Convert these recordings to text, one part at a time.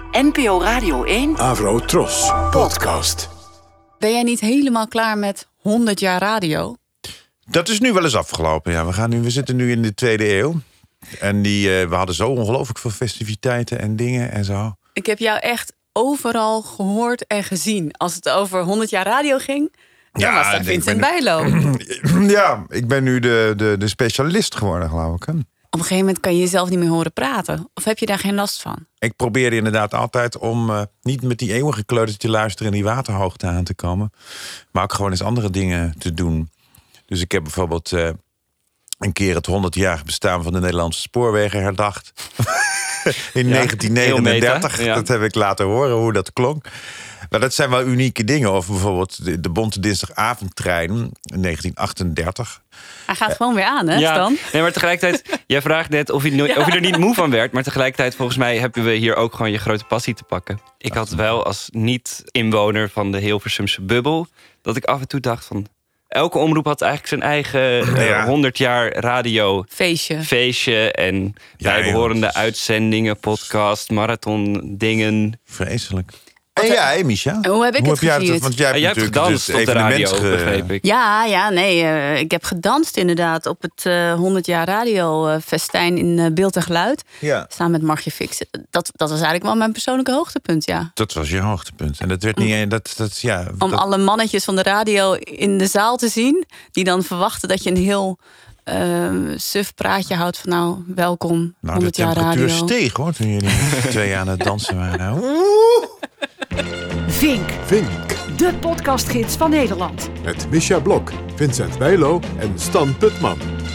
NPO Radio 1 Avro Tros podcast. Ben jij niet helemaal klaar met 100 jaar radio? Dat is nu wel eens afgelopen, ja. We zitten nu in de 2e eeuw. En we hadden zo ongelooflijk veel festiviteiten en dingen en zo. Ik heb jou echt overal gehoord en gezien. Als het over 100 jaar radio ging, dan was dat Vincent Bijlo. Ja, ik ben nu de specialist geworden, geloof ik. Hè? Op een gegeven moment kan je jezelf niet meer horen praten. Of heb je daar geen last van? Ik probeerde inderdaad altijd om niet met die eeuwige kleuters te luisteren en die waterhoogte aan te komen. Maar ook gewoon eens andere dingen te doen. Dus ik heb bijvoorbeeld een keer het 100-jarig bestaan van de Nederlandse spoorwegen herdacht. In 1939. Ja. Dat heb ik laten horen hoe dat klonk. Maar dat zijn wel unieke dingen. Of bijvoorbeeld de Bonte Dinsdagavondtrein in 1938. Hij gaat gewoon weer aan, hè, Stan? Nee, maar tegelijkertijd, jij vraagt net of je er niet moe van werd. Maar tegelijkertijd, volgens mij, hebben we hier ook gewoon je grote passie te pakken. Ik had wel als niet-inwoner van de Hilversumse bubbel, dat ik af en toe dacht van, elke omroep had eigenlijk zijn eigen 100 jaar radio feestje en bijbehorende uitzendingen, podcast, marathon, dingen. Vreselijk. En jij, Misha? Hoe heb ik het gevierd? Want jij hebt gedanst op de radio, begreep ik. Ik heb gedanst inderdaad op het 100 jaar radio festijn in Beeld en Geluid. Ja. Samen met Margje Fix. Dat was eigenlijk wel mijn persoonlijke hoogtepunt, ja. Dat was je hoogtepunt. En dat werd niet... Om alle mannetjes van de radio in de zaal te zien, die dan verwachten dat je een heel suf praatje houdt van welkom, 100 jaar radio. De temperatuur steeg, hoor, toen jullie met 2 aan het dansen waren. Vink. De podcastgids van Nederland. Met Misha Blok, Vincent Bijlo en Stan Putman.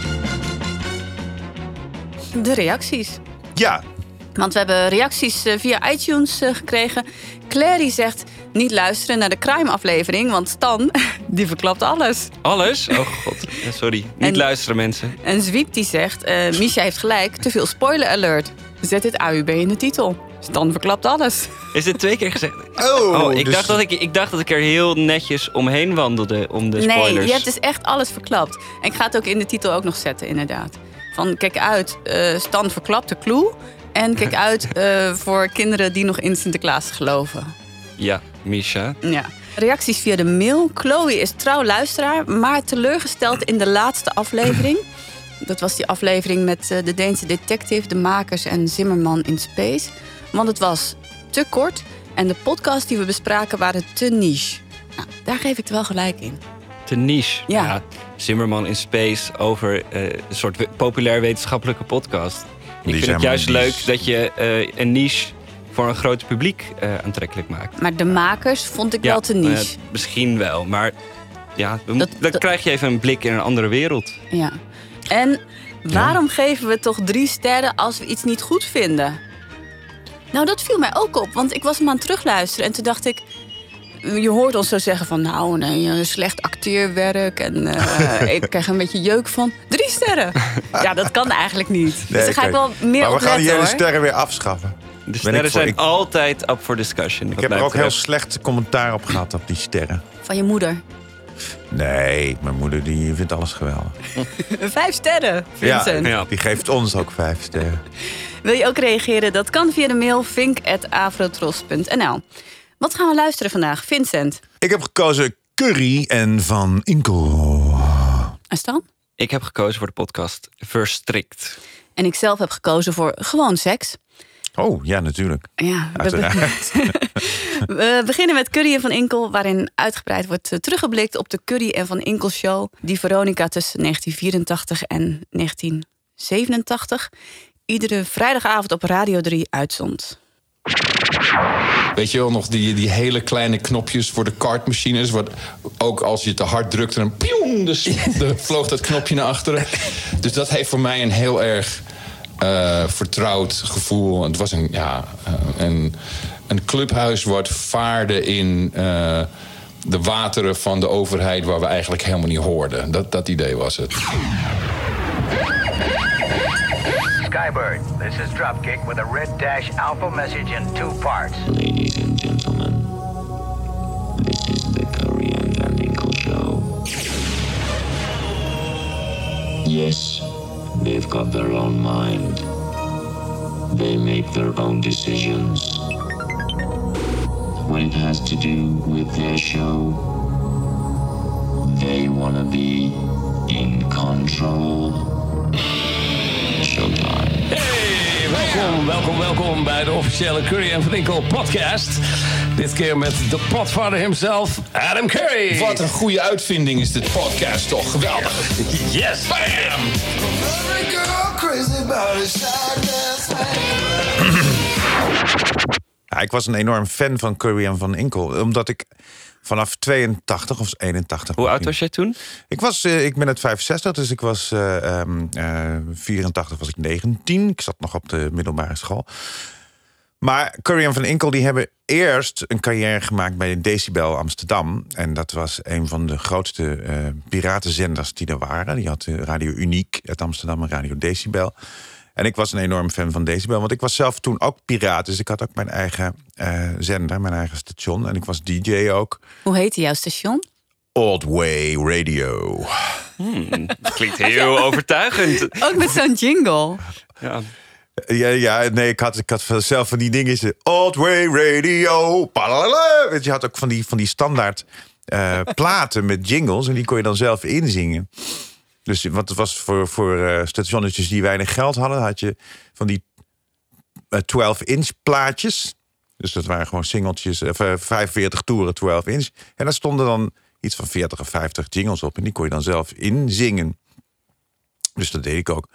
De reacties. Ja. Want we hebben reacties via iTunes gekregen. Clary zegt niet luisteren naar de crime-aflevering, want Stan, die verklapt alles. Alles? Oh god, sorry. Niet luisteren, mensen. En Zwiep die zegt, Misha heeft gelijk, te veel spoiler alert. Zet dit AUB in de titel. Stan verklapt alles. Is dit 2 keer gezegd? Ik dacht dat ik er heel netjes omheen wandelde om de spoilers. Nee, je hebt dus echt alles verklapt. En ik ga het ook in de titel ook nog zetten, inderdaad. Van kijk uit, Stan verklapt de clue. En kijk uit voor kinderen die nog in Sinterklaas geloven. Ja, Misha. Ja. Reacties via de mail. Chloe is trouw luisteraar, maar teleurgesteld in de laatste aflevering. Dat was die aflevering met de Deense detective, de makers en Zimmerman in Space. Want het was te kort en de podcasts die we bespraken waren te niche. Nou, daar geef ik het wel gelijk in. Te niche? Ja. Zimmerman in Space over een soort populair wetenschappelijke podcast. Ik vind het juist leuk dat je een niche voor een groot publiek aantrekkelijk maakt. Maar de makers vond ik wel te niche. Misschien wel, maar ja, dan krijg je even een blik in een andere wereld. Ja. En waarom geven we toch 3 sterren als we iets niet goed vinden? Nou, dat viel mij ook op, want ik was hem aan het terugluisteren en toen dacht ik, je hoort ons zo zeggen van slecht acteerwerk en ik krijg een beetje jeuk van 3 sterren. Ja, dat kan eigenlijk niet. Dus dan ga ik wel meer opletten, maar we gaan die hele hoor. sterren weer afschaffen. De sterren zijn altijd up for discussion. Ik heb er ook heel slecht commentaar op gehad op die sterren. Van je moeder? Nee, mijn moeder die vindt alles geweldig. 5 sterren, Vincent. Ja, die geeft ons ook 5 sterren. Wil je ook reageren? Dat kan via de mail vink@avrotros.nl. Wat gaan we luisteren vandaag, Vincent? Ik heb gekozen Curry en Van Inkel. En Stan? Ik heb gekozen voor de podcast Verstrikt. En ik zelf heb gekozen voor Gewoon Seks. Oh, ja, natuurlijk. Ja, uiteraard. We beginnen met Curry en Van Inkel, waarin uitgebreid wordt teruggeblikt op de Curry en Van Inkel show, die Veronica tussen 1984 en 1987 iedere vrijdagavond op Radio 3 uitzond. Weet je wel nog die hele kleine knopjes voor de kartmachines, wat ook als je te hard drukte, dan pioeng, dus vloog dat knopje naar achteren. Dus dat heeft voor mij een heel erg vertrouwd gevoel. Het was een clubhuis wat vaarde in de wateren van de overheid waar we eigenlijk helemaal niet hoorden. Dat idee was het. Skybird, this is Dropkick with a red dash alpha message in 2 parts. Ladies and gentlemen, this is the Curry and Van Inkel show. Yes, they've got their own mind. They make their own decisions. it has to do with their show. They wanna be in control. Showtime. Hey, welkom bij de officiële Curry en Van Inkel podcast. Dit keer met de potvader himself, Adam Curry. Wat een goede uitvinding is dit podcast toch. Geweldig. Yes. Bam! Ja, ik was een enorm fan van Curry en Van Inkel. Omdat ik vanaf 82 of 81... Hoe oud was jij toen? Ik ben uit 65, dus ik was 84 was ik 19. Ik zat nog op de middelbare school. Maar Curry en Van Inkel die hebben eerst een carrière gemaakt bij Decibel Amsterdam. En dat was een van de grootste piratenzenders die er waren. Die had Radio Uniek uit Amsterdam en Radio Decibel. En ik was een enorm fan van Decibel, want ik was zelf toen ook piraat. Dus ik had ook mijn eigen zender, mijn eigen station. En ik was DJ ook. Hoe heette jouw station? Old Way Radio. Dat klinkt heel overtuigend. Ook met zo'n jingle. Ja. Ja, nee, ik had zelf van die dingen. Old Way Radio. Palalala. Weet je, had ook van die standaard platen met jingles. En die kon je dan zelf inzingen. Dus wat het was voor stationnetjes die weinig geld hadden, had je van die 12-inch plaatjes. Dus dat waren gewoon singeltjes, 45 toeren 12-inch. En daar stonden dan iets van 40 of 50 jingles op. En die kon je dan zelf inzingen. Dus dat deed ik ook.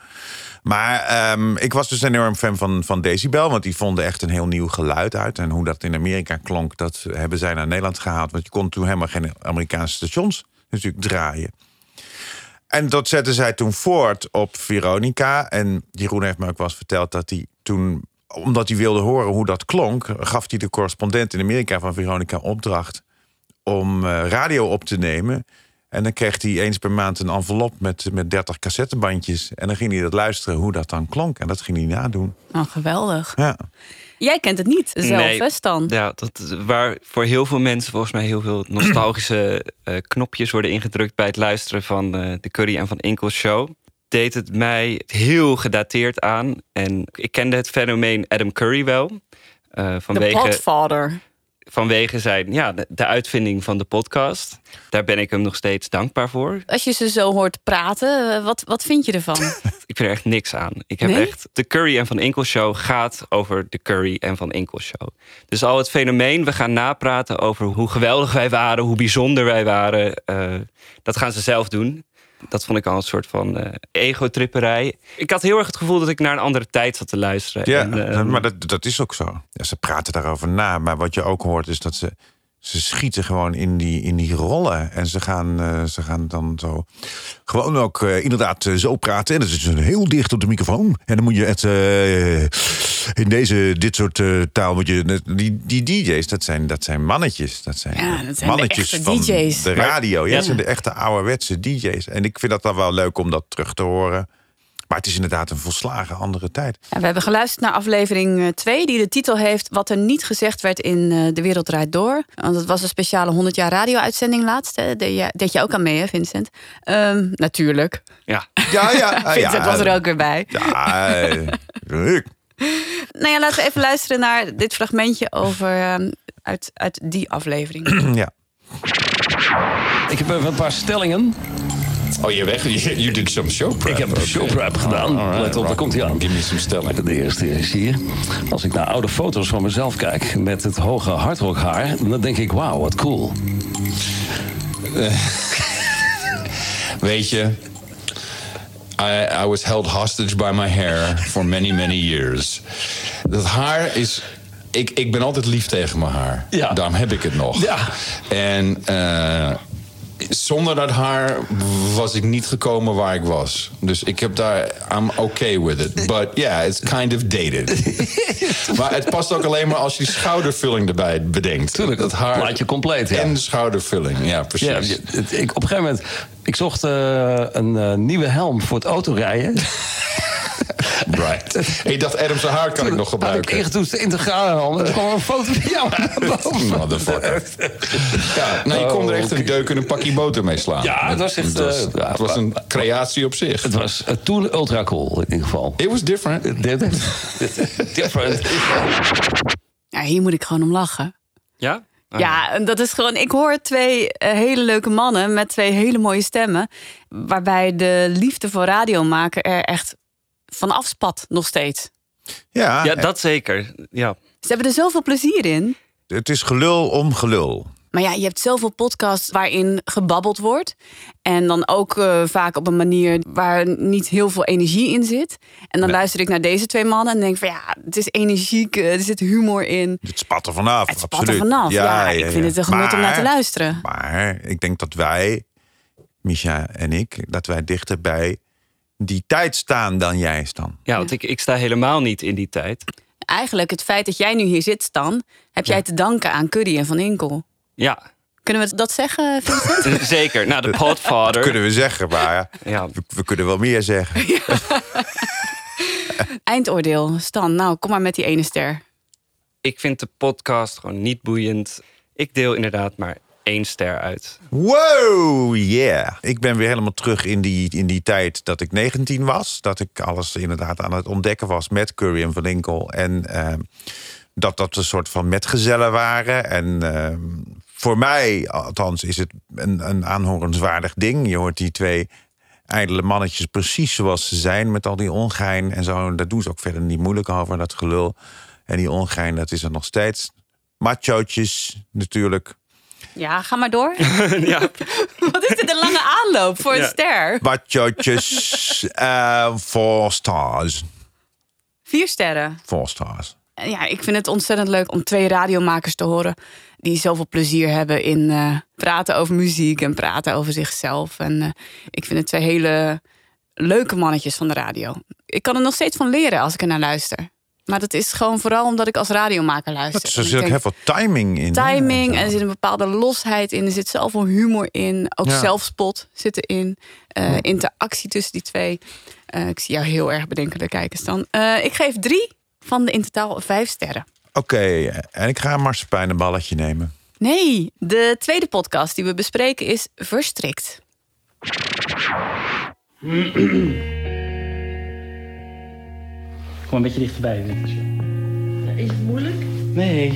Maar ik was dus een enorm fan van Decibel. Want die vonden echt een heel nieuw geluid uit. En hoe dat in Amerika klonk, dat hebben zij naar Nederland gehaald. Want je kon toen helemaal geen Amerikaanse stations natuurlijk draaien. En dat zetten zij toen voort op Veronica. En Jeroen heeft me ook wel eens verteld dat hij toen, omdat hij wilde horen hoe dat klonk, gaf hij de correspondent in Amerika van Veronica opdracht om radio op te nemen. En dan kreeg hij eens per maand een envelop met 30 cassettebandjes. En dan ging hij dat luisteren hoe dat dan klonk. En dat ging hij nadoen. Oh, geweldig. Ja. Jij kent het niet zelf, hè, Stan? Ja, waar voor heel veel mensen volgens mij heel veel nostalgische knopjes worden ingedrukt bij het luisteren van de Curry en Van Inkel show. Deed het mij heel gedateerd aan. En ik kende het fenomeen Adam Curry wel. De potvader. Vanwege zijn, de uitvinding van de podcast. Daar ben ik hem nog steeds dankbaar voor. Als je ze zo hoort praten, wat vind je ervan? Ik vind er echt niks aan. Ik heb echt de Curry en Van Inkel show gaat over de Curry en Van Inkel show. Dus al het fenomeen, we gaan napraten over hoe geweldig wij waren, hoe bijzonder wij waren. Dat gaan ze zelf doen. Dat vond ik al een soort van ego-tripperij. Ik had heel erg het gevoel dat ik naar een andere tijd zat te luisteren. Ja, maar dat is ook zo. Ja, ze praten daarover na. Maar wat je ook hoort is dat ze schieten gewoon in die rollen. En ze gaan dan zo gewoon ook inderdaad zo praten. En dat is heel dicht op de microfoon. En dan moet je het in dit soort taal moet je die DJ's, dat zijn mannetjes. Dat zijn mannetjes de van DJ's. De radio. Ja, dat zijn de echte ouderwetse DJ's. En ik vind dat dan wel leuk om dat terug te horen. Maar het is inderdaad een volslagen andere tijd. Ja, we hebben geluisterd naar aflevering 2... die de titel heeft Wat er niet gezegd werd in De Wereld Draait Door. Want het was een speciale 100 jaar radio-uitzending laatst. Hè? Deed je ook aan mee, hè, Vincent? Natuurlijk. Ja. Vincent was er ook weer bij. Ja, leuk. Nou ja, laten we even luisteren naar dit fragmentje over uit die aflevering. Ja. Ik heb even een paar stellingen. Oh, je weg? You did some show prep. Ik heb een show prep gedaan. Let op, daar komt hij aan. Give me some stelling. De eerste is hier. Als ik naar oude foto's van mezelf kijk met het hoge hardrockhaar, dan denk ik, wauw, wat cool. Weet je, I was held hostage by my hair for many, many years. Dat haar is... Ik ben altijd lief tegen mijn haar. Ja. Daarom heb ik het nog. Ja. En zonder dat haar was ik niet gekomen waar ik was. Dus ik heb I'm okay with it. But yeah, it's kind of dated. Maar het past ook alleen maar als je die schoudervulling erbij bedenkt. Tuurlijk, dat haar plaatje compleet, ja. En de schoudervulling, ja, precies. Ja, op een gegeven moment, ik zocht een nieuwe helm voor het autorijden. Right. Ik dacht, Adam zijn haar kan ik nog gebruiken. Had ik ingetoetst de integrale helm. Er kwam een foto van jou naar boven. Motherfucker. Ja, nou, je kon er echt een deuk en een pakje boter mee slaan. Ja, het was echt... Het was een creatie op zich. Het was toen ultra cool, in ieder geval. It was different. Different. Ja, hier moet ik gewoon om lachen. Ja? Ja, dat is gewoon... Ik hoor 2 hele leuke mannen met 2 hele mooie stemmen. Waarbij de liefde voor radio maken er echt van afspat nog steeds. Ja, dat zeker. Ja. Ze hebben er zoveel plezier in. Het is gelul om gelul. Maar ja, je hebt zoveel podcasts waarin gebabbeld wordt. En dan ook vaak op een manier waar niet heel veel energie in zit. En dan luister ik naar deze 2 mannen en denk van ja, het is energiek, er zit humor in. Het spat er vanaf, Het spat absoluut. er vanaf, ja. Ik vind het een genot om naar te luisteren. Maar ik denk dat wij, Misha en ik, dat wij dichter bij die tijd staan dan jij, Stan. Ja, want ik sta helemaal niet in die tijd. Eigenlijk het feit dat jij nu hier zit, Stan, heb jij te danken aan Cuddy en Van Inkel. Ja. Kunnen we dat zeggen, Vincent? Zeker. Nou, de Podfather. Dat kunnen we zeggen, maar ja. we kunnen wel meer zeggen. Ja. Eindoordeel, Stan. Nou, kom maar met die 1 ster. Ik vind de podcast gewoon niet boeiend. Ik deel inderdaad maar 1 ster uit. Wow, yeah. Ik ben weer helemaal terug in die tijd dat ik 19 was. Dat ik alles inderdaad aan het ontdekken was met Curry en Van Inkel. En dat een soort van metgezellen waren. En voor mij, althans, is het een aanhorenswaardig ding. Je hoort die 2 ijdele mannetjes precies zoals ze zijn, met al die ongein en zo. Daar doen ze ook verder niet moeilijk over, dat gelul. En die ongein, dat is er nog steeds. Machootjes, natuurlijk. Ja, ga maar door. Ja. Wat is dit een lange aanloop voor een ster? Machootjes, 4 stars. 4 sterren. 4 stars. Ja, ik vind het ontzettend leuk om 2 radiomakers te horen die zoveel plezier hebben in praten over muziek en praten over zichzelf. En ik vind het 2 hele leuke mannetjes van de radio. Ik kan er nog steeds van leren als ik er naar luister. Maar dat is gewoon vooral omdat ik als radiomaker luister. Er zit ook heel veel timing in. Timing, en er zit een bepaalde losheid in. Er zit zoveel humor in. Ook zelfspot zit erin. Interactie tussen die 2. Ik zie jou heel erg bedenkelijk kijken, Stan. Ik geef 3 van de in totaal 5 sterren. Oké, en ik ga een marsepein-balletje nemen. Nee, de tweede podcast die we bespreken is Verstrikt. Kom een beetje dichterbij. Is het moeilijk? Nee.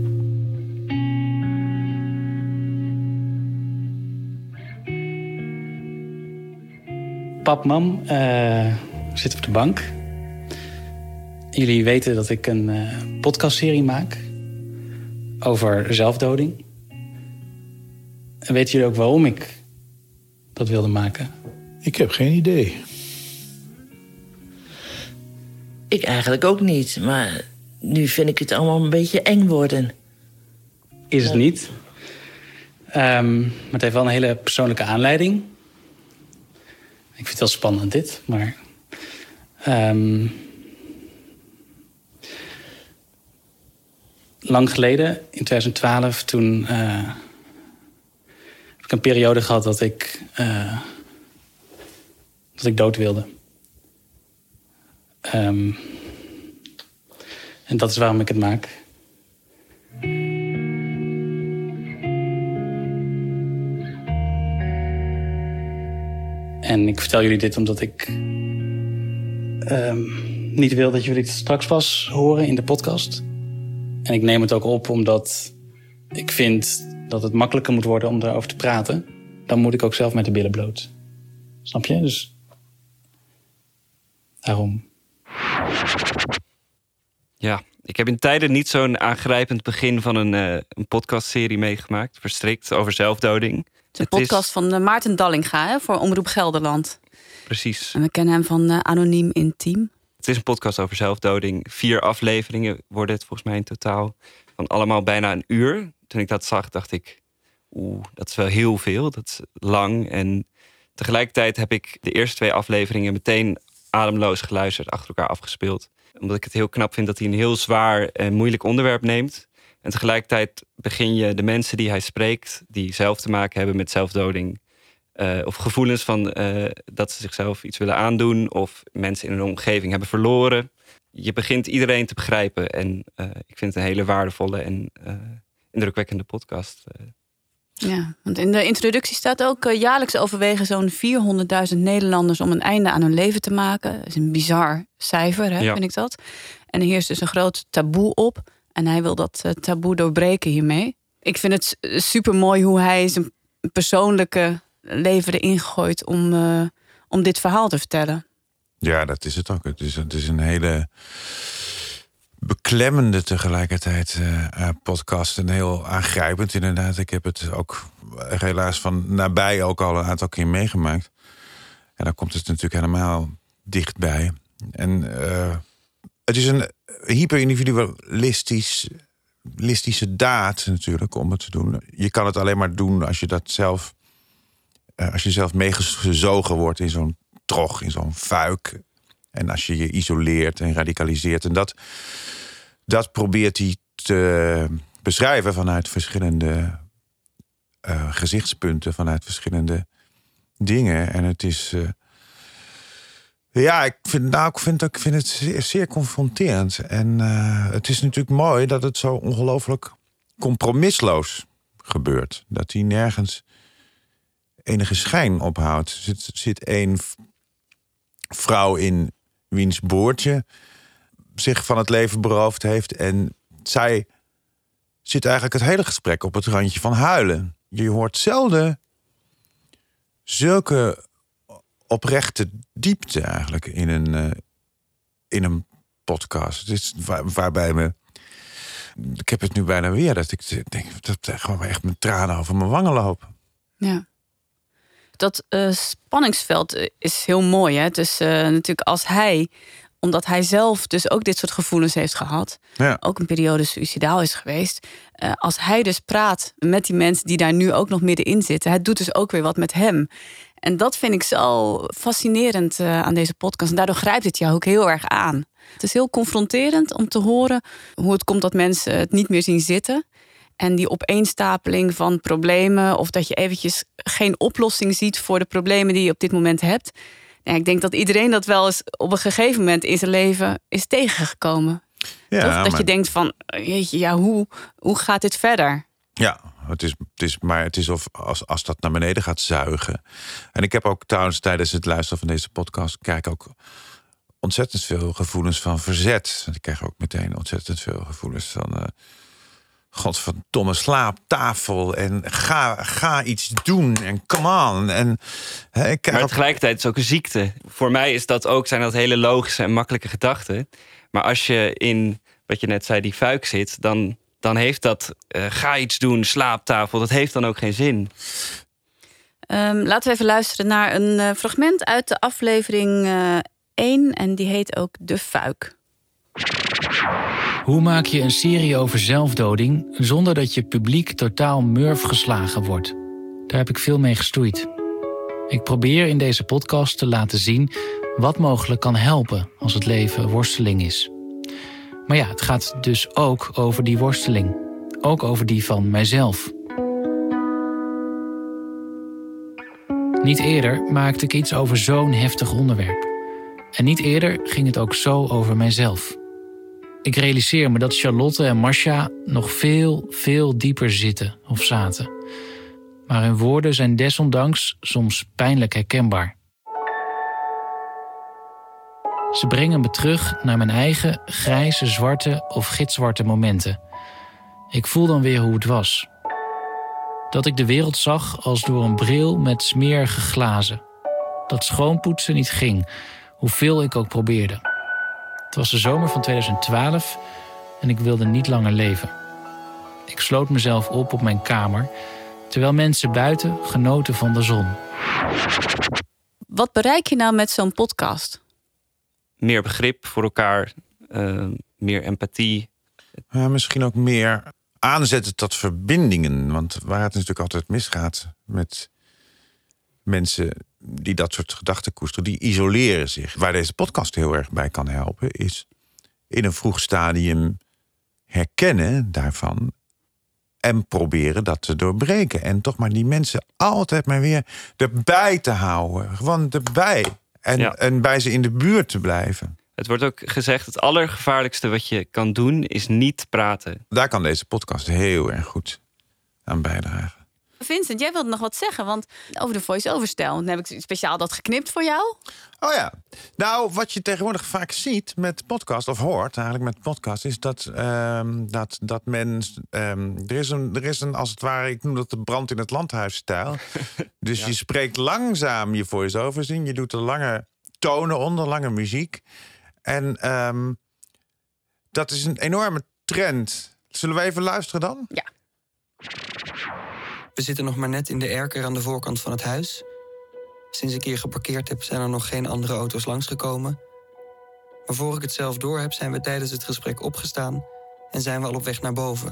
Pap, mam, zitten op de bank. Jullie weten dat ik een podcastserie maak over zelfdoding. En weten jullie ook waarom ik dat wilde maken? Ik heb geen idee. Ik eigenlijk ook niet, maar nu vind ik het allemaal een beetje eng worden. Is het niet. Maar het heeft wel een hele persoonlijke aanleiding. Ik vind het wel spannend dit, maar... lang geleden, in 2012, toen heb ik een periode gehad dat ik dood wilde. En dat is waarom ik het maak. En ik vertel jullie dit omdat ik niet wil dat jullie het straks pas horen in de podcast. En ik neem het ook op omdat ik vind dat het makkelijker moet worden om daarover te praten. Dan moet ik ook zelf met de billen bloot. Snap je? Dus daarom. Ja, ik heb in tijden niet zo'n aangrijpend begin van een podcastserie meegemaakt. Verstrikt over zelfdoding. Het is een podcast van Maarten Dallinga voor Omroep Gelderland. Precies. En we kennen hem van Anoniem Intiem. Het is een podcast over zelfdoding. 4 afleveringen worden het volgens mij in totaal. Van allemaal bijna een uur. Toen ik dat zag, dacht ik... dat is wel heel veel. Dat is lang. En tegelijkertijd heb ik de eerste 2 afleveringen meteen ademloos geluisterd, achter elkaar afgespeeld. Omdat ik het heel knap vind dat hij een heel zwaar en moeilijk onderwerp neemt. En tegelijkertijd begin je de mensen die hij spreekt, die zelf te maken hebben met zelfdoding, of gevoelens van dat ze zichzelf iets willen aandoen, of mensen in hun omgeving hebben verloren. Je begint iedereen te begrijpen. En ik vind het een hele waardevolle en indrukwekkende podcast. Ja, want in de introductie staat ook... jaarlijks overwegen zo'n 400.000 Nederlanders om een einde aan hun leven te maken. Dat is een bizar cijfer, hè, vind ik dat. En er heerst dus een groot taboe op. En hij wil dat taboe doorbreken hiermee. Ik vind het super mooi hoe hij zijn persoonlijke leven erin gooit om dit verhaal te vertellen. Ja, dat is het ook. Het is een hele beklemmende tegelijkertijd podcast. En heel aangrijpend inderdaad. Ik heb het ook helaas van nabij ook al een aantal keer meegemaakt. En dan komt het natuurlijk helemaal dichtbij. En het is een hyper-individualistische daad natuurlijk om het te doen. Je kan het alleen maar doen als je dat zelf... als je zelf meegezogen wordt in zo'n trog, in zo'n fuik. En als je je isoleert en radicaliseert. En dat probeert hij te beschrijven vanuit verschillende gezichtspunten, vanuit verschillende dingen. En het is... ik vind het zeer confronterend. En het is natuurlijk mooi dat het zo ongelooflijk compromisloos gebeurt. Dat hij nergens enige schijn ophoudt. Er zit één vrouw in wiens broertje zich van het leven beroofd heeft. En zij zit eigenlijk het hele gesprek op het randje van huilen. Je hoort zelden zulke oprechte diepte eigenlijk in een podcast. Het is waarbij ik heb het nu bijna weer, dat ik denk dat gewoon echt mijn tranen over mijn wangen lopen. Ja. Dat spanningsveld is heel mooi. Hè? Dus natuurlijk als hij, omdat hij zelf dus ook dit soort gevoelens heeft gehad, ook een periode suïcidaal is geweest, als hij dus praat met die mensen die daar nu ook nog middenin zitten, het doet dus ook weer wat met hem. En dat vind ik zo fascinerend aan deze podcast. En daardoor grijpt het jou ook heel erg aan. Het is heel confronterend om te horen hoe het komt dat mensen het niet meer zien zitten. En die opeenstapeling van problemen, of dat je eventjes geen oplossing ziet voor de problemen die je op dit moment hebt. Ja, ik denk dat iedereen dat wel eens op een gegeven moment in zijn leven is tegengekomen. Ja, dat je denkt van, jeetje, hoe gaat dit verder? Ja, het is als dat naar beneden gaat zuigen. En ik heb ook trouwens tijdens het luisteren van deze podcast ook ontzettend veel gevoelens van verzet. Ik krijg ook meteen ontzettend veel gevoelens van godverdomme, slaaptafel en ga iets doen en come on. En, maar tegelijkertijd is het ook een ziekte. Voor mij zijn dat hele logische en makkelijke gedachten. Maar als je in, wat je net zei, die fuik zit, dan heeft dat ga iets doen, slaaptafel, dat heeft dan ook geen zin. Laten we even luisteren naar een fragment uit de aflevering 1. En die heet ook De Fuik. Hoe maak je een serie over zelfdoding zonder dat je publiek totaal murf geslagen wordt? Daar heb ik veel mee gestoeid. Ik probeer in deze podcast te laten zien wat mogelijk kan helpen als het leven worsteling is. Maar ja, het gaat dus ook over die worsteling. Ook over die van mijzelf. Niet eerder maakte ik iets over zo'n heftig onderwerp. En niet eerder ging het ook zo over mijzelf. Ik realiseer me dat Charlotte en Masha nog veel, veel dieper zitten of zaten. Maar hun woorden zijn desondanks soms pijnlijk herkenbaar. Ze brengen me terug naar mijn eigen grijze, zwarte of gitzwarte momenten. Ik voel dan weer hoe het was. Dat ik de wereld zag als door een bril met smerige glazen. Dat schoonpoetsen niet ging, hoeveel ik ook probeerde. Het was de zomer van 2012 en ik wilde niet langer leven. Ik sloot mezelf op mijn kamer, terwijl mensen buiten genoten van de zon. Wat bereik je nou met zo'n podcast? Meer begrip voor elkaar, meer empathie. Misschien ook meer aanzetten tot verbindingen. Want waar het natuurlijk altijd misgaat met mensen die dat soort gedachten koesteren, die isoleren zich. Waar deze podcast heel erg bij kan helpen, is in een vroeg stadium herkennen daarvan en proberen dat te doorbreken. En toch maar die mensen altijd maar weer erbij te houden. Gewoon erbij. En bij ze in de buurt te blijven. Het wordt ook gezegd, het allergevaarlijkste wat je kan doen is niet praten. Daar kan deze podcast heel erg goed aan bijdragen. Vincent, jij wilde nog wat zeggen, want over de voice-over-stijl. Dan heb ik speciaal dat geknipt voor jou. Oh ja. Nou, wat je tegenwoordig vaak ziet met podcast, of hoort eigenlijk met podcast, is dat men... er is een, als het ware, ik noem dat de brand in het landhuisstijl. Dus je spreekt langzaam je voice-overs in. Je doet er lange tonen onder, lange muziek. En dat is een enorme trend. Zullen we even luisteren dan? Ja. We zitten nog maar net in de erker aan de voorkant van het huis. Sinds ik hier geparkeerd heb, zijn er nog geen andere auto's langsgekomen. Maar voor ik het zelf door heb, zijn we tijdens het gesprek opgestaan en zijn we al op weg naar boven.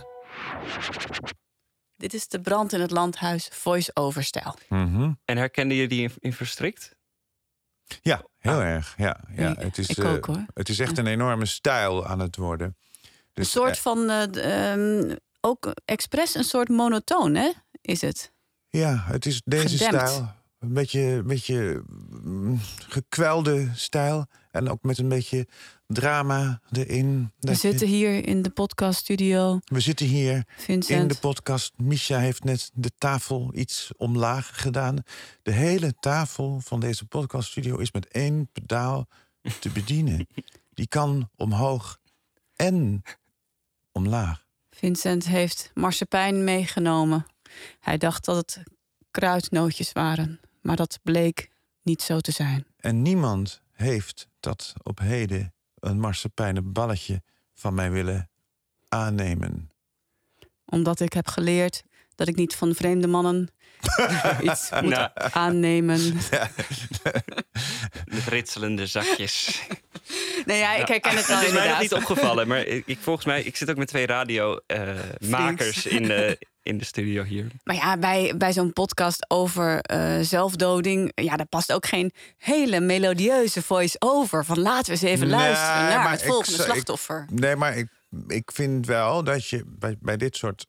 Dit is de brand in het landhuis voice-over-stijl. Mm-hmm. En herkende je die in Verstrikt? Ja, heel erg. Ja. Het is, ik ook, hoor. Het is echt een enorme stijl aan het worden. Dus, een soort van, ook expres een soort monotoon, hè? Is het? Ja, het is deze gedempt. stijl. Een beetje gekwelde stijl. En ook met een beetje drama erin. We zitten hier in de podcaststudio. We zitten hier Vincent. in de podcast. Misha heeft net de tafel iets omlaag gedaan. De hele tafel van deze podcaststudio is met 1 pedaal te bedienen. Die kan omhoog en omlaag. Vincent heeft marsepein meegenomen. Hij dacht dat het kruidnootjes waren. Maar dat bleek niet zo te zijn. En niemand heeft dat op heden een marsepeinen balletje van mij willen aannemen. Omdat ik heb geleerd dat ik niet van vreemde mannen iets moet aannemen. Ja. Met ritselende zakjes. Nee, ja, ik herken het wel. Het is mij nog inderdaad. niet opgevallen, maar ik zit ook met 2 radiomakers in de studio hier. Maar ja, bij zo'n podcast over zelfdoding, ja, daar past ook geen hele melodieuze voice-over. Van laten we eens even luisteren naar het volgende slachtoffer. Maar ik vind wel dat je bij dit soort...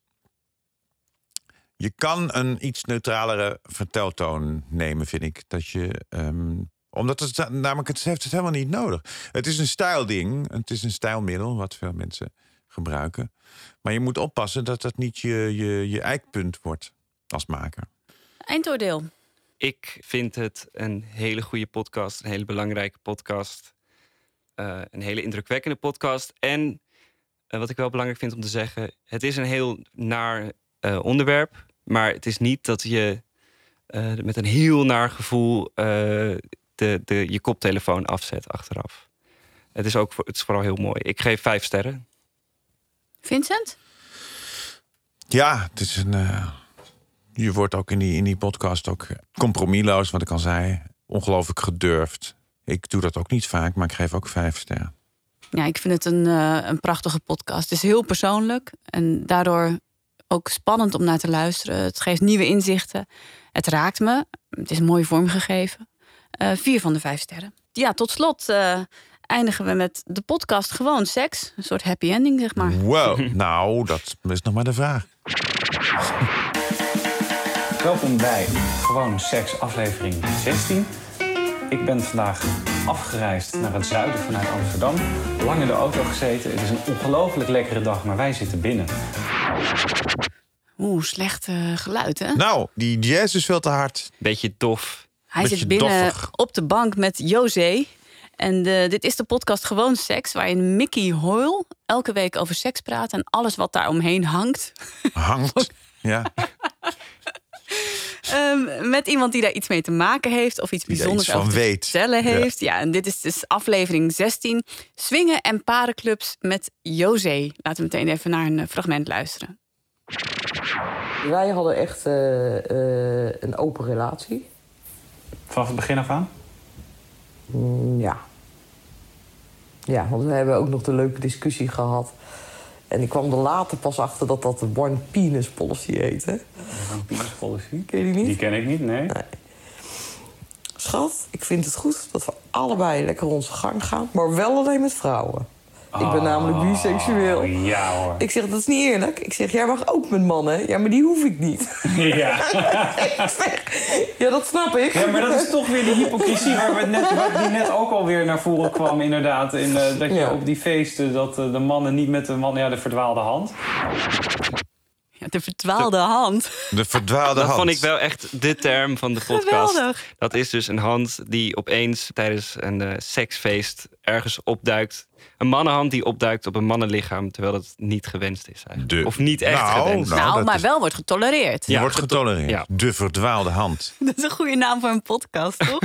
Je kan een iets neutralere verteltoon nemen, vind ik. Dat je... omdat het namelijk, het heeft het helemaal niet nodig. Het is een stijlding, het is een stijlmiddel, wat veel mensen gebruiken. Maar je moet oppassen dat dat niet je eikpunt wordt als maker. Eindoordeel. Ik vind het een hele goede podcast, een hele belangrijke podcast. Een hele indrukwekkende podcast. En wat ik wel belangrijk vind om te zeggen, het is een heel naar onderwerp. Maar het is niet dat je met een heel naar gevoel je koptelefoon afzet achteraf. Het is vooral heel mooi. Ik geef 5 sterren. Vincent? Ja, het is je wordt ook in die podcast ook compromisloos, wat ik al zei. Ongelooflijk gedurfd. Ik doe dat ook niet vaak, maar ik geef ook 5 sterren. Ja, ik vind het een prachtige podcast. Het is heel persoonlijk en daardoor ook spannend om naar te luisteren. Het geeft nieuwe inzichten. Het raakt me. Het is mooi vormgegeven. 4 van de 5 sterren. Ja, tot slot eindigen we met de podcast Gewoon Seks. Een soort happy ending, zeg maar. Wow, nou, dat is nog maar de vraag. Welkom bij Gewoon Seks aflevering 16. Ik ben vandaag afgereisd naar het zuiden vanuit Amsterdam. Lang in de auto gezeten. Het is een ongelooflijk lekkere dag, maar wij zitten binnen. Oeh, slecht geluid, hè? Nou, die jazz is veel te hard. Beetje dof. Hij beetje zit binnen doffig. op de bank met José. En dit is de podcast Gewoon Seks, waarin Mickey Hoyle elke week over seks praat en alles wat daar omheen hangt. Hangt, ja. Met iemand die daar iets mee te maken heeft of iets Die daar bijzonders iets van over te weet. vertellen heeft. Ja, en dit is dus aflevering 16. Swingen en parenclubs met José. Laten we meteen even naar een fragment luisteren. Wij hadden echt een open relatie. Vanaf het begin af aan? Ja. Ja, want we hebben ook nog de leuke discussie gehad. En ik kwam er later pas achter dat dat de One Penis Policy heette. One Penis Policy? Ken je die niet? Die ken ik niet, nee. Schat, ik vind het goed dat we allebei lekker onze gang gaan. Maar wel alleen met vrouwen. Ik ben namelijk biseksueel. Ja hoor. Ik zeg, dat is niet eerlijk. Ik zeg, jij mag ook met mannen. Ja, maar die hoef ik niet. Ja. Ik zeg, ja, dat snap ik. Ja, maar dat is toch weer die hypocrisie die net ook alweer naar voren kwam, inderdaad. Dat je op die feesten, dat de mannen niet met de mannen, ja, de verdwaalde hand. Ja, De verdwaalde hand. De verdwaalde hand. Dat vond ik wel echt de term van de podcast. Geweldig. Dat is dus een hand die opeens tijdens een seksfeest ergens opduikt. Een mannenhand die opduikt op een mannenlichaam, terwijl dat niet gewenst is eigenlijk. Of niet echt gewenst. Maar wel wordt getolereerd. Die wordt getolereerd. Ja. De verdwaalde hand. Dat is een goede naam voor een podcast, toch?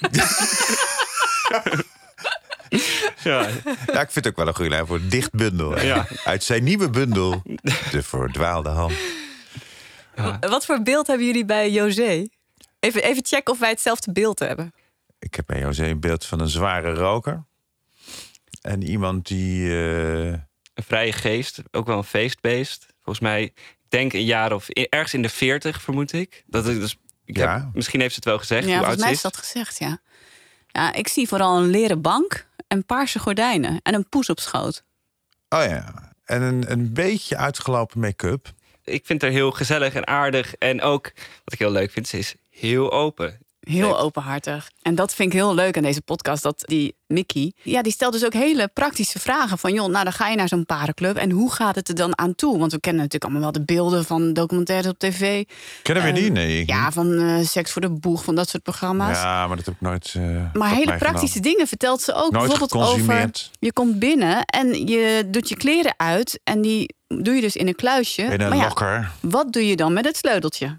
Ja. Ja, ik vind het ook wel een goede naam voor Dichtbundel. Ja. Uit zijn nieuwe bundel, De verdwaalde hand. Ja. Wat voor beeld hebben jullie bij José? Even checken of wij hetzelfde beeld hebben. Ik heb bij José een beeld van een zware roker. En iemand die... Een vrije geest, ook wel een feestbeest. Volgens mij, ik denk een jaar of ergens in de 40, vermoed ik. Misschien heeft ze het wel gezegd, Ja, hoe oud volgens mij ze is dat gezegd, ja. Ja, ik zie vooral een leren bank en paarse gordijnen en een poes op schoot. Oh ja, en een beetje uitgelopen make-up. Ik vind haar heel gezellig en aardig. En ook, wat ik heel leuk vind, ze is heel open. Heel openhartig. En dat vind ik heel leuk aan deze podcast. Dat die Mickey, die stelt dus ook hele praktische vragen. Van joh, nou dan ga je naar zo'n parenclub. En hoe gaat het er dan aan toe? Want we kennen natuurlijk allemaal wel de beelden van documentaires op tv. Kennen we die? Nee. Ja, van Seks voor de Boeg, van dat soort programma's. Ja, maar dat heb ik nooit... Maar hele praktische dingen vertelt ze ook. Nooit bijvoorbeeld over, je komt binnen en je doet je kleren uit. En die doe je dus in een kluisje. In een locker. Wat doe je dan met het sleuteltje?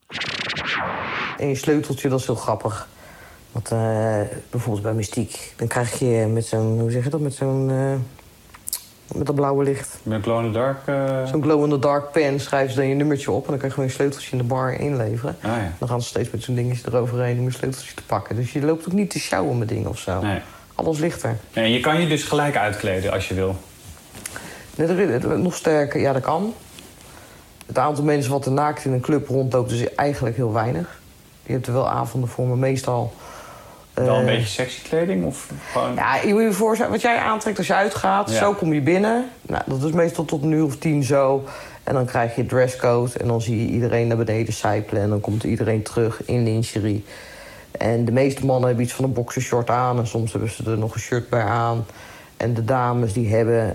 En je sleuteltje, dat is heel grappig. Want bijvoorbeeld bij Mystiek, dan krijg je met zo'n, hoe zeg je dat, met dat blauwe licht. Met glow in the dark? Zo'n glow in the dark pen, schrijven ze dan je nummertje op en dan kan je gewoon je sleuteltje in de bar inleveren. Ah, ja. Dan gaan ze steeds met zo'n dingetje eroverheen om je sleuteltje te pakken. Dus je loopt ook niet te sjouwen met dingen of zo. Nee. Alles lichter. Ja, en je kan je dus gelijk uitkleden als je wil. Nog sterker, ja dat kan. Het aantal mensen wat er naakt in een club rondloopt is eigenlijk heel weinig. Je hebt er wel avonden voor, maar meestal... Wel een beetje sexy kleding? Of gewoon... Ja, je moet je voorstellen, wat jij aantrekt als je uitgaat, zo kom je binnen. Nou, dat is meestal tot 9:10 zo. En dan krijg je dresscode en dan zie je iedereen naar beneden sijpelen. En dan komt iedereen terug in lingerie. En de meeste mannen hebben iets van een boxershort aan. En soms hebben ze er nog een shirt bij aan. En de dames die hebben...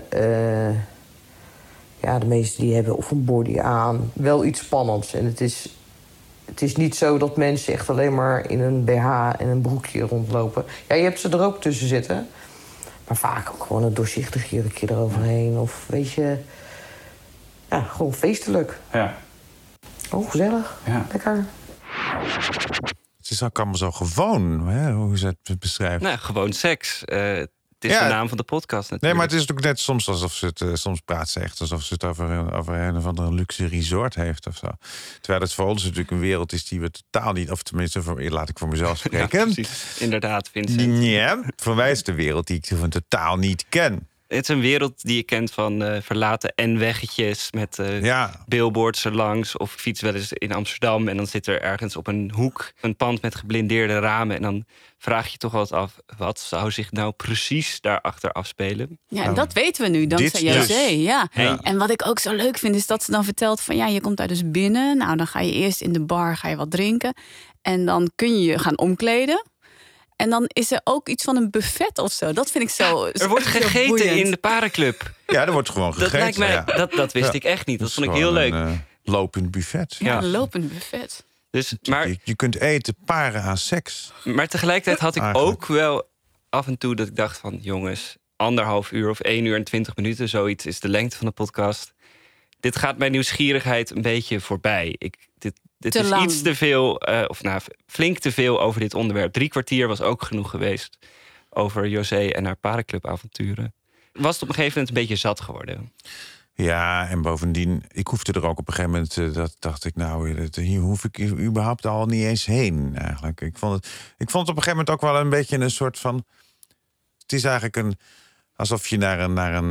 de meeste die hebben of een body aan. Wel iets spannends. En het is niet zo dat mensen echt alleen maar in een BH en een broekje rondlopen. Ja, je hebt ze er ook tussen zitten. Maar vaak ook gewoon een doorzichtig jurkje eroverheen. Of weet je... Ja, gewoon feestelijk. Ja. Oh, gezellig. Ja. Lekker. Het is ook allemaal zo gewoon, hè, hoe ze het beschrijft. Nou, gewoon seks. Het is de naam van de podcast natuurlijk. Nee, maar het is ook net soms alsof ze het... soms praat ze echt alsof ze het over een of andere luxe resort heeft of zo. Terwijl het voor ons natuurlijk een wereld is die we totaal niet... Of tenminste, laat ik voor mezelf spreken. Ja, precies. Inderdaad, Vincent. Ja, voor mij is het een wereld die ik van totaal niet ken. Het is een wereld die je kent van verlaten N-weggetjes met billboards erlangs. Of ik fiets wel eens in Amsterdam en dan zit er ergens op een hoek een pand met geblindeerde ramen. En dan vraag je toch wel eens af, wat zou zich nou precies daarachter afspelen? Ja, en dat weten we nu, dankzij José. Ja. Ja. En wat ik ook zo leuk vind, is dat ze dan vertelt van... je komt daar dus binnen. Nou, dan ga je eerst in de bar wat drinken. En dan kun je je gaan omkleden. En dan is er ook iets van een buffet of zo. Dat vind ik zo. Er wordt gegeten boeiend. in de parenclub. Ja, er wordt gewoon gegeten. Dat lijkt mij, dat wist ik echt niet. Dat vond ik heel leuk. Een lopend buffet. Ja, een lopend buffet. Dus, maar, je kunt eten paren aan seks. Maar tegelijkertijd had ik ook wel af en toe dat ik dacht van... jongens, 1,5 uur of 1 uur en 20 minuten, zoiets is de lengte van de podcast. Dit gaat mijn nieuwsgierigheid een beetje voorbij. Dit is iets te veel, flink te veel over dit onderwerp. 3 kwartier was ook genoeg geweest over José en haar parenclubavonturen. Was het op een gegeven moment een beetje zat geworden? Ja, en bovendien, ik hoefde er ook op een gegeven moment... dat dacht ik, nou, hier hoef ik überhaupt al niet eens heen, eigenlijk. Ik vond het op een gegeven moment ook wel een beetje een soort van... Het is eigenlijk alsof je naar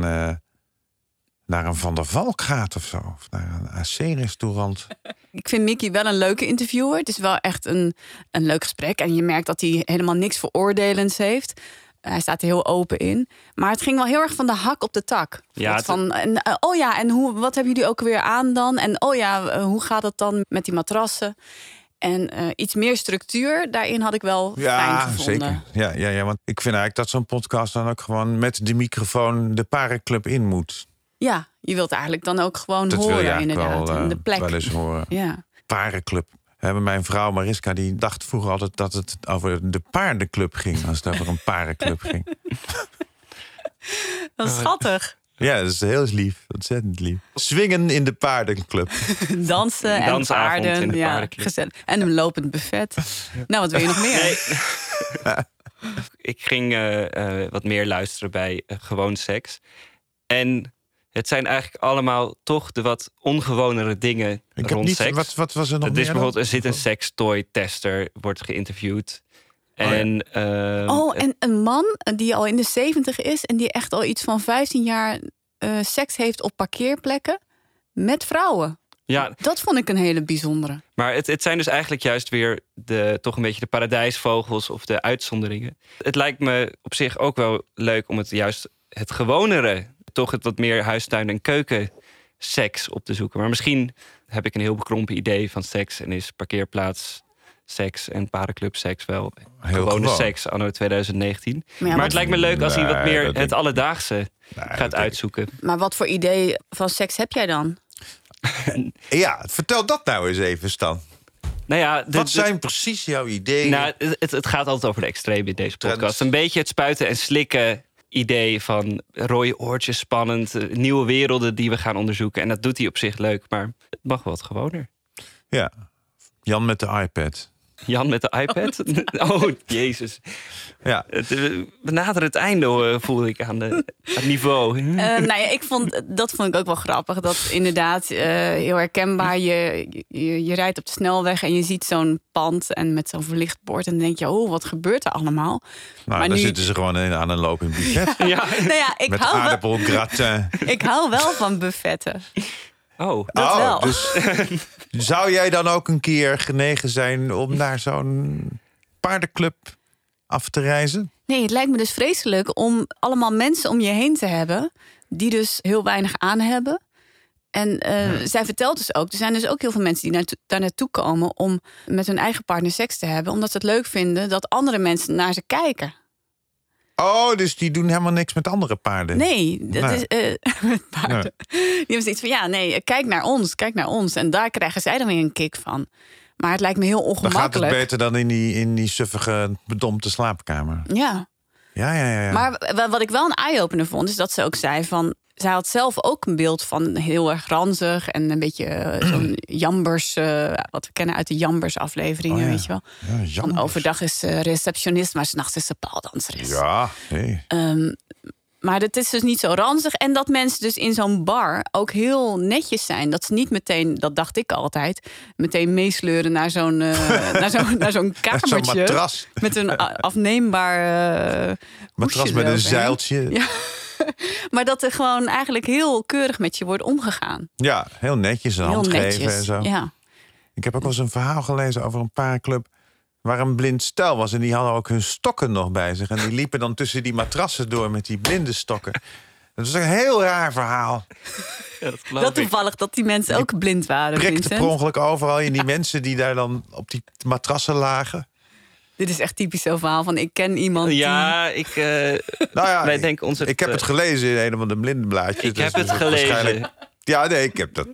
een Van der Valk gaat of zo. Of naar een AC-restaurant. Ik vind Mickey wel een leuke interviewer. Het is wel echt een leuk gesprek. En je merkt dat hij helemaal niks veroordelends heeft. Hij staat er heel open in. Maar het ging wel heel erg van de hak op de tak. Ja, wat hebben jullie ook weer aan dan? En hoe gaat het dan met die matrassen? En iets meer structuur, daarin had ik wel fijn gevonden. Zeker. Ja, want ik vind eigenlijk dat zo'n podcast dan ook gewoon met de microfoon de parenclub in moet. Ja, je wilt eigenlijk dan ook gewoon Dat horen, wil je eigenlijk inderdaad. wel, in de plek. wel eens horen. Ja. Paardenclub. Mijn vrouw Mariska die dacht vroeger altijd dat het over de paardenclub ging. Als het over een paardenclub ging. Dat is schattig. Ja, dat is heel lief. Ontzettend lief. Swingen in de paardenclub. Dansen en Dansavond paarden. in de Ja, paardenclub. gezellig. En een lopend buffet. Nou, wat wil je nog meer? Nee. Ik ging wat meer luisteren bij Gewoon Seks. En het zijn eigenlijk allemaal toch de wat ongewonere dingen rond seks. Wat was er nog Het meer is bijvoorbeeld, er zit een sextoy-tester, wordt geïnterviewd. En een man die al in de 70 is en die echt al iets van 15 jaar seks heeft op parkeerplekken met vrouwen. Ja. Dat vond ik een hele bijzondere. Maar het zijn dus eigenlijk juist weer toch een beetje de paradijsvogels of de uitzonderingen. Het lijkt me op zich ook wel leuk om het gewonere, toch het wat meer huistuin- en keukenseks op te zoeken. Maar misschien heb ik een heel bekrompen idee van seks en is parkeerplaats seks en paardenclub seks wel gewone seks anno 2019. Maar het lijkt me leuk als hij wat meer het alledaagse gaat uitzoeken. Maar wat voor idee van seks heb jij dan? Ja, vertel dat nou eens even, Stan. Nou ja, wat zijn precies jouw ideeën? Nou, het gaat altijd over de extreme in deze podcast. Een beetje het spuiten en slikken idee van rode oortjes, spannend, nieuwe werelden die we gaan onderzoeken. En dat doet hij op zich leuk, maar het mag wel wat gewoner. Ja, Jan met de iPad. Jan met de iPad? Oh, jezus. Ja. We naderen het einde, voelde ik aan het niveau. Nou ja, dat vond ik ook wel grappig. Dat inderdaad heel herkenbaar. Je rijdt op de snelweg en je ziet zo'n pand en met zo'n verlicht bord. En dan denk je, oh, wat gebeurt er allemaal? Nou, maar dan nu zitten ze gewoon aan een lopend buffet. Ja. Nou ja, met aardappelgratin. Ik hou wel van buffetten. Oh, dat wel. Dus zou jij dan ook een keer genegen zijn om naar zo'n paardenclub af te reizen? Nee, het lijkt me dus vreselijk om allemaal mensen om je heen te hebben die dus heel weinig aan hebben. En zij vertelt dus ook, er zijn dus ook heel veel mensen die daar naartoe komen om met hun eigen partner seks te hebben, omdat ze het leuk vinden dat andere mensen naar ze kijken. Oh, dus die doen helemaal niks met andere paarden? Nee, dat is met paarden. Nee. Die hebben zoiets van, ja, nee, kijk naar ons. En daar krijgen zij dan weer een kick van. Maar het lijkt me heel ongemakkelijk. Dan gaat het beter dan in die suffige, bedompte slaapkamer. Ja. Ja. Maar wat ik wel een eye-opener vond, is dat ze ook zei van, zij had zelf ook een beeld van heel erg ranzig en een beetje zo'n jambers, wat we kennen uit de jambers afleveringen, weet je wel. Ja, van overdag is ze receptionist, maar 's nachts is ze paaldanseres. Ja, nee. Maar het is dus niet zo ranzig. En dat mensen dus in zo'n bar ook heel netjes zijn. Dat ze niet meteen, dat dacht ik altijd, meteen meesleuren naar zo'n naar zo'n kamertje. Zo'n matras. Met een afneembaar matras met een zeiltje. Ja. Maar dat er gewoon eigenlijk heel keurig met je wordt omgegaan. Ja, heel netjes, een hand geven en zo. Ja. Ik heb ook wel eens een verhaal gelezen over een paardenclub waar een blind stel was. En die hadden ook hun stokken nog bij zich. En die liepen dan tussen die matrassen door met die blinde stokken. Dat is een heel raar verhaal. Ja, dat toevallig dat die mensen ook blind waren, prikte Vincent. per ongeluk overal in die mensen die daar dan op die matrassen lagen. Dit is echt typisch zo'n verhaal van ik ken iemand die... Ja, wij denken ons ik heb het gelezen in een van de blindenblaadjes. Ik heb het gelezen. Ja, nee, ik heb dat...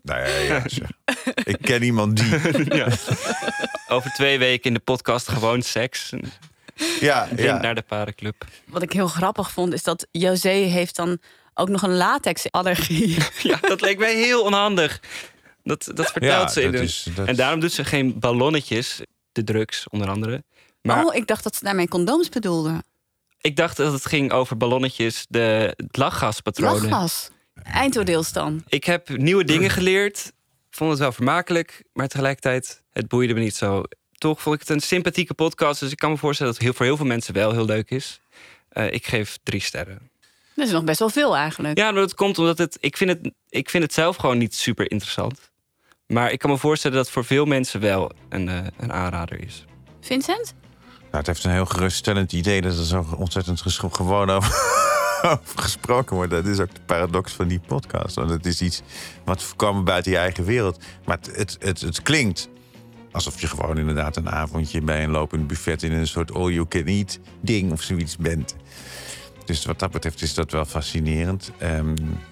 ik ken iemand die... Ja. Over 2 weken in de podcast Gewoon Seks. Ja. Naar de paardenclub. Wat ik heel grappig vond, is dat José heeft dan ook nog een latexallergie. Ja, dat leek mij heel onhandig. Dat vertelt ze. En daarom doet ze geen ballonnetjes, de drugs onder andere. Maar ik dacht dat ze daarmee condooms bedoelde. Ik dacht dat het ging over ballonnetjes, het lachgaspatronen. Lachgas? Eindoordeels dan? Ik heb nieuwe dingen geleerd. Vond het wel vermakelijk, maar tegelijkertijd, het boeide me niet zo. Toch vond ik het een sympathieke podcast. Dus ik kan me voorstellen dat het voor heel veel mensen wel heel leuk is. Ik geef 3 sterren. Dat is nog best wel veel eigenlijk. Ja, maar dat komt omdat ik vind het zelf gewoon niet super interessant. Maar ik kan me voorstellen dat het voor veel mensen wel een aanrader is. Vincent? Nou, het heeft een heel geruststellend idee dat er zo ontzettend gewoon over gesproken wordt. Dat is ook de paradox van die podcast. Want het is iets wat voorkomen buiten je eigen wereld. Maar het klinkt alsof je gewoon inderdaad een avondje bij een lopend buffet in een soort all-you-can-eat ding of zoiets bent. Dus wat dat betreft is dat wel fascinerend.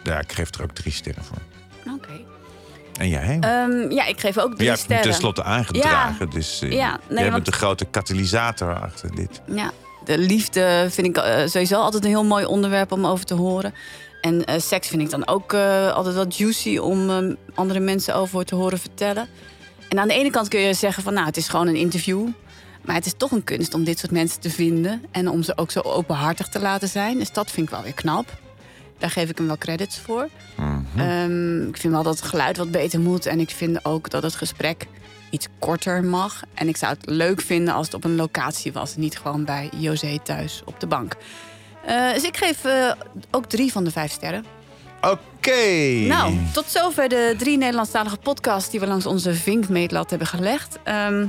Ja, ik geef er ook 3 sterren voor. Oké. En jij? Ja, ik geef ook 3 jij hebt sterren. hem tenslotte aangedragen. Ja. Dus Ja, nee, jij want- bent de grote katalysator achter dit. Ja, de liefde vind ik sowieso altijd een heel mooi onderwerp om over te horen. En seks vind ik dan ook altijd wel juicy om andere mensen over te horen vertellen. En aan de ene kant kun je zeggen van nou, het is gewoon een interview. Maar het is toch een kunst om dit soort mensen te vinden. En om ze ook zo openhartig te laten zijn. Dus dat vind ik wel weer knap. Daar geef ik hem wel credits voor. Ik vind wel dat het geluid wat beter moet. En ik vind ook dat het gesprek iets korter mag. En ik zou het leuk vinden als het op een locatie was. Niet gewoon bij José thuis op de bank. Dus ik geef ook 3 van de 5 sterren. Oké. Nou, tot zover de 3 Nederlandstalige podcasts die we langs onze vinkmeetlat hebben gelegd.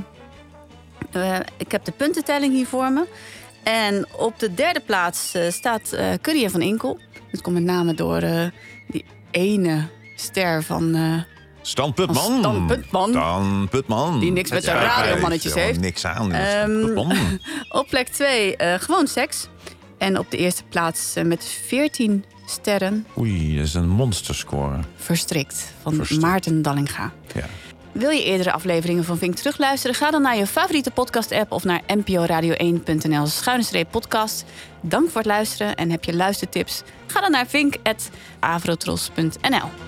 Ik heb de puntentelling hier voor me. En op de 3e plaats staat Curry en Van Inkel. Dat komt met name door die ene ster van... Stan Putman. Stan Putman. Die niks met de radiomannetjes heeft. Niks aan. Stan Putman. Op plek 2 gewoon seks. En op de eerste plaats met 14 sterren... Oei, dat is een monsterscore. Verstrikt, van Maarten Dallinga. Ja. Wil je eerdere afleveringen van Vink terugluisteren? Ga dan naar je favoriete podcast-app of naar nporadio1.nl/podcast. Dank voor het luisteren en heb je luistertips? Ga dan naar vink@avrotros.nl.